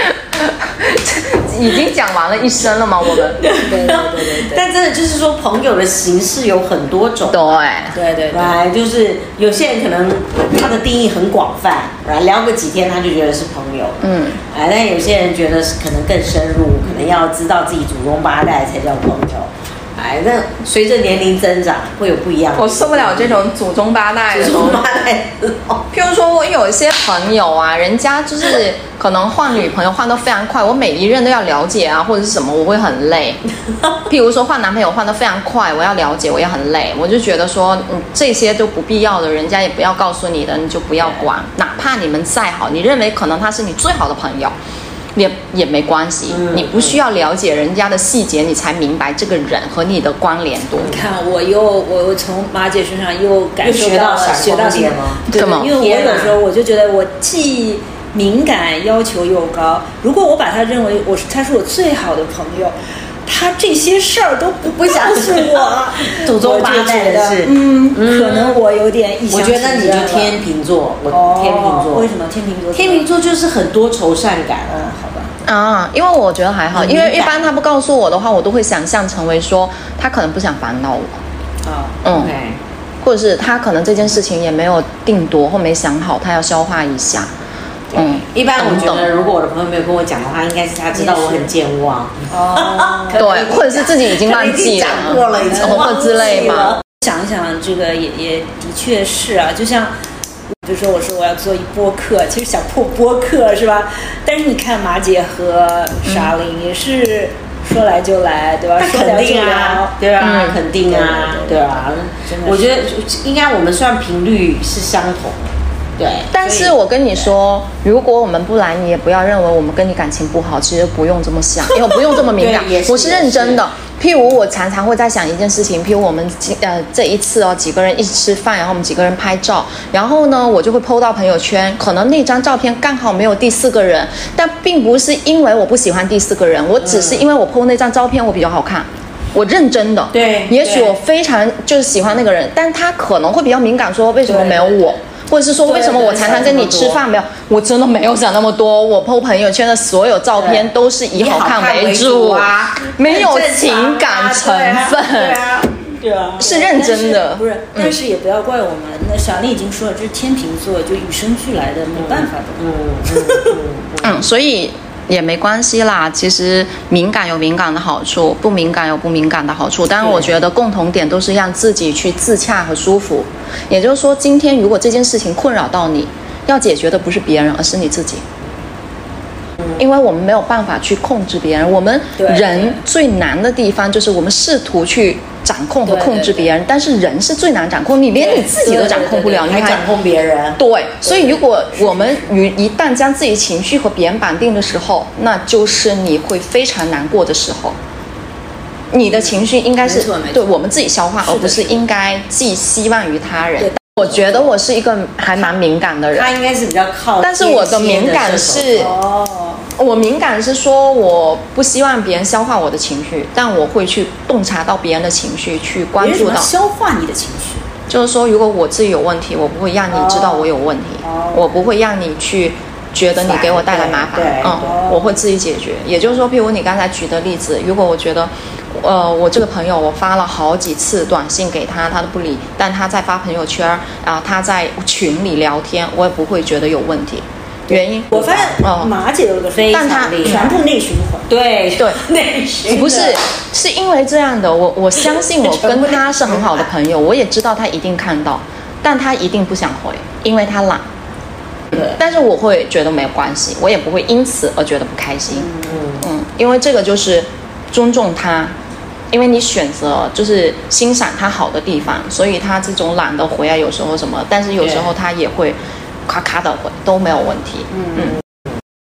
已经讲完了一生了吗？我们对。 但真的就是说，朋友的形式有很多种。 对， 就是有些人可能他的定义很广泛，聊个几天他就觉得是朋友。但有些人觉得可能更深入，可能要知道自己祖宗八代才叫朋友。那随着年龄增长会有不一样的。 我受不了这种祖宗八代的。 祖宗八代。 譬如说，我有一些朋友啊，人家就是可能换女朋友换得非常快，我每一任都要了解啊，或者是什么，我会很累。譬如说换男朋友换得非常快，我要了解，我也很累。我就觉得说，这些都不必要的，人家也不要告诉你的，你就不要管。哪怕你们再好，你认为可能他是你最好的朋友。也没关系，你不需要了解人家的细节，你才明白这个人和你的关联度。 你看，我从马姐身上又感受到了学到点吗？ 对，因为我有时候我就觉得我既敏感，要求又高。如果我把他认为他是我最好的朋友，他这些事儿都不想告诉我， 祖宗八代的事。 可能我有点一厢情愿了。 我觉得你就天秤座，天秤座。 为什么天秤座？ 天秤座就是很多愁善感。 好吧。 因为我觉得还好，因为一般他不告诉我的话，我都会想象成为说他可能不想烦恼我。或者是他可能这件事情也没有定夺或没想好，他要消化一下。 一般我觉得，如果我的朋友没有跟我讲的话，应该是他知道我很健忘。 对，或者是自己已经忘记了，或之类嘛。 想一想，这个也的确是啊，就像。比如说，我说我要做一播客，其实想破播客是吧？但是你看马姐和莎琳也是说来就来，对吧？说聊就聊， 对啊，肯定啊，对啊。我觉得应该我们算频率是相同的。对， 但是我跟你说，如果我们不来，你也不要认为我们跟你感情不好，其实不用这么想，因为不用这么敏感。我是认真的。譬如我常常会在想一件事情，譬如我们这一次几个人一起吃饭，然后我们几个人拍照，然后呢我就会 po 到朋友圈，可能那张照片刚好没有第四个人，但并不是因为我不喜欢第四个人，我只是因为我 po 那张照片我比较好看。我认真的， 对， 也许我非常就是喜欢那个人，但他可能会比较敏感，说为什么没有我，或者是说为什么我常常跟你吃饭没有？我真的没有想那么多，我 po 朋友圈的所有照片都是以好看为主啊，没有情感成分。 对啊， 是认真的。 不是，但是也不要怪我们。那小丽已经说了，这是天秤座，就与生俱来的，没办法的。 所以也没关系啦。其实敏感有敏感的好处，不敏感有不敏感的好处。但是我觉得共同点都是让自己去自洽和舒服。也就是说，今天如果这件事情困扰到你，要解决的不是别人，而是你自己。因为我们没有办法去控制别人，我们人最难的地方就是我们试图去掌控和控制别人，但是人是最难掌控，你连你自己都掌控不了，你还掌控别人。 对，所以如果我们一旦将自己情绪和别人绑定的时候，那就是你会非常难过的时候。你的情绪应该是对我们自己消化，而不是应该寄希望于他人。我觉得我是一个还蛮敏感的人， 他应该是比较靠， 但是我的敏感是，我敏感是说我不希望别人消化我的情绪，但我会去洞察到别人的情绪，去关注到消化你的情绪。 就是说，如果我自己有问题，我不会让你知道我有问题，我不会让你去觉得你给我带来麻烦，我会自己解决。也就是说，譬如你刚才举的例子，如果我觉得。我这个朋友，我发了好几次短信给他，他都不理。但他在发朋友圈啊，他在群里聊天，我也不会觉得有问题。原因我发现马姐有个非常厉害，全部内循环。 对， 内循不是因为这样的，我相信我跟他是很好的朋友，我也知道他一定看到，但他一定不想回，因为他懒。但是我会觉得没有关系，我也不会因此而觉得不开心。因为这个就是尊重他。因为你选择就是欣赏他好的地方，所以他这种懒得回啊，有时候什么，但是有时候他也会咔咔的回，都没有问题。 对我来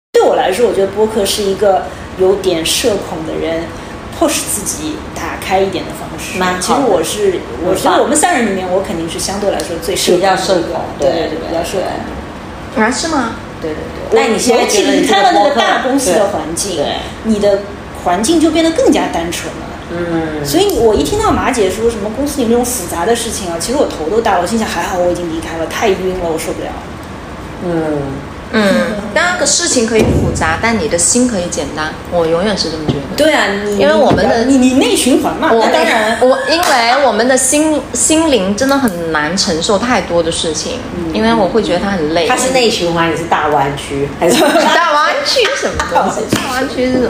来说，我觉得播客是一个有点社恐的人push 自己打开一点的方式。其实我觉得我们3人里面，我肯定是相对来说最社恐的， 比较社恐， 对，比较社恐。 啊，是吗？ 对。 那你现在觉得你看到那个大公司的环境，你的环境就变得更加单纯了。所以我一听到马姐说什么公司里面这种复杂的事情啊，其实我头都大了。我心想，还好我已经离开了，太晕了，我受不了。 那个事情可以复杂，但你的心可以简单。我永远是这么觉得。 对啊， 因为我们的你内循环嘛，那当然。 因为我们的心灵真的很难承受太多的事情，因为我会觉得它很累。 它是内循环，你是大湾区还是大湾区什么东西？大湾区是什么？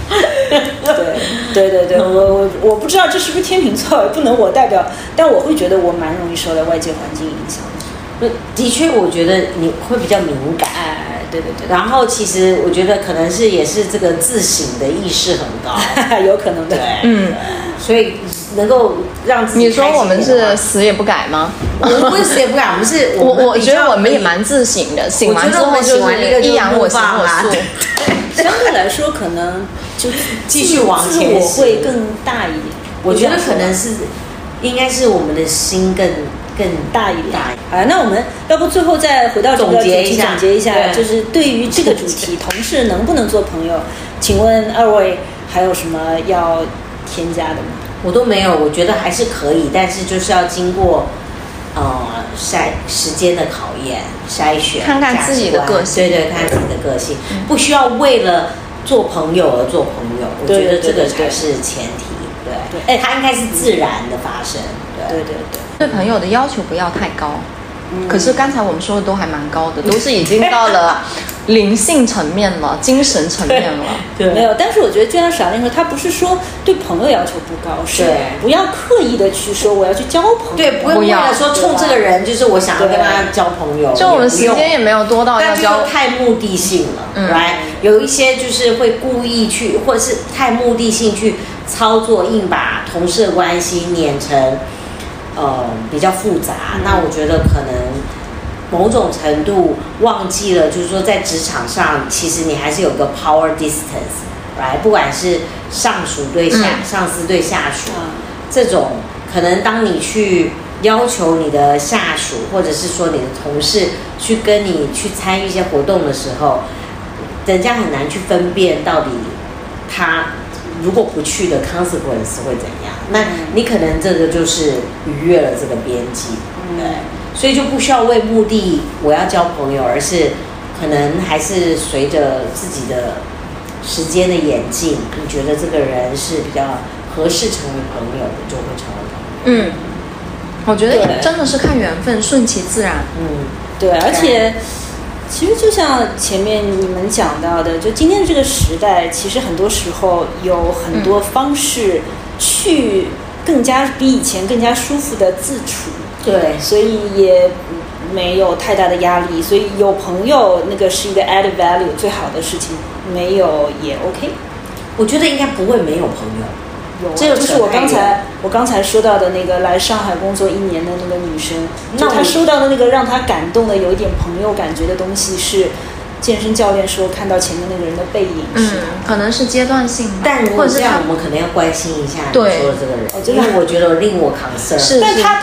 对，我不知道这是不是天秤座，不能我代表，但我会觉得我蛮容易受到外界环境影响的。 的确，我觉得你会比较敏感。 对。 然后其实我觉得可能也是这个自省的意识很高， 有可能的。 所以能够让自己。 你说我们是死也不改吗？ 我们不是死也不改，我们是我觉得我们也蛮自省的，醒完之后就是一阳我行我素。 相对来说，可能就继续往前， 自我会更大一点。 我觉得可能是，应该是我们的心更大一点。好，那我们要不最后再回到这个主题总结一下，就是对于这个主题，同事能不能做朋友？请问2位还有什么要添加的吗？ 我都没有，我觉得还是可以，但是就是要经过时间的考验、筛选， 看看自己的个性， 对，看自己的个性，不需要为了做朋友而做朋友，我觉得这个才是前提。对，它应该是自然的发生。 对朋友的要求不要太高。可是刚才我们说的都还蛮高的，都是已经到了灵性层面了，精神层面了。 对，没有。但是我觉得就像傻令说，他不是说对朋友要求不高，是不要刻意的去说我要去交朋友。 对，不会为了说冲这个人，就是我想要跟他交朋友。 就我们时间也没有多到要交， 太目的性了。来，有一些就是会故意去，或者是太目的性去操作，硬把同事的关系碾成比较复杂。那我觉得可能某种程度忘记了，就是说在职场上，其实你还是有个 power distance，right？ 不管是上属对上司对下属，这种可能当你去要求你的下属，或者是说你的同事去跟你去参与一些活动的时候，人家很难去分辨到底他如果不去的 consequence 会怎样。那你可能这个就是逾越了这个边际，对，所以就不需要为目的我要交朋友，而是可能还是随着自己的时间的演进，你觉得这个人是比较合适成为朋友的，就会成为朋友。 我觉得真的是看缘分，顺其自然。 对，而且其实就像前面你们讲到的，就今天这个时代，其实很多时候有很多方式去更加比以前更加舒服的自处。 对， 所以也没有太大的压力，所以有朋友那个是一个 added value 最好的事情，没有也 OK。 我觉得应该不会没有朋友。 这个就是我刚才说到的那个来上海工作1年的那个女生，就她收到的那个让她感动的有一点朋友感觉的东西是健身教练说看到前面那个人的背影， 可能是阶段性， 但如果这样，我们可能要关心一下你说的这个人，因为我觉得令我 concern。 但他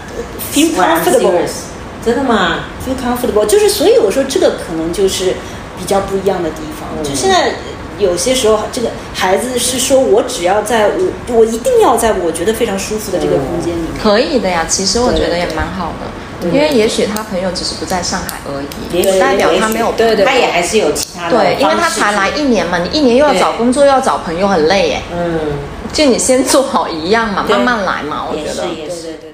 feel comfortable， 真的吗 ？feel comfortable， 就是所以我说这个可能就是比较不一样的地方，就现在。有些时候，这个孩子是说我只要在我一定要在我觉得非常舒服的这个空间里面。 可以的呀，其实我觉得也蛮好的，因为也许他朋友只是不在上海而已，不代表他没有朋友， 他也还是有其他的。 对，因为他才来1年嘛，你1年又要找工作，又要找朋友，很累耶。就你先做好一样嘛，慢慢来嘛，我觉得。 对。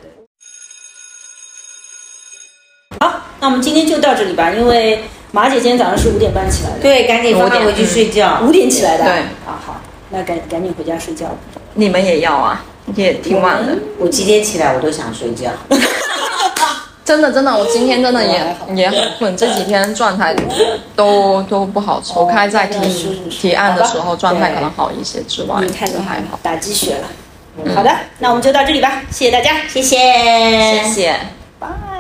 好，那我们今天就到这里吧，因为。马姐今天早上是5点半起来的， 对，赶紧放她回去睡觉。 5点起来的， 对， 好，那赶紧回家睡觉。 你们也要啊，也挺晚的。 我几点起来我都想睡觉。 真的，我今天真的也很困，这几天状态都不好。除开在提案的时候状态可能好一些之外，就还好。 打鸡血了。好的，那我们就到这里吧，谢谢大家， 谢谢， 拜。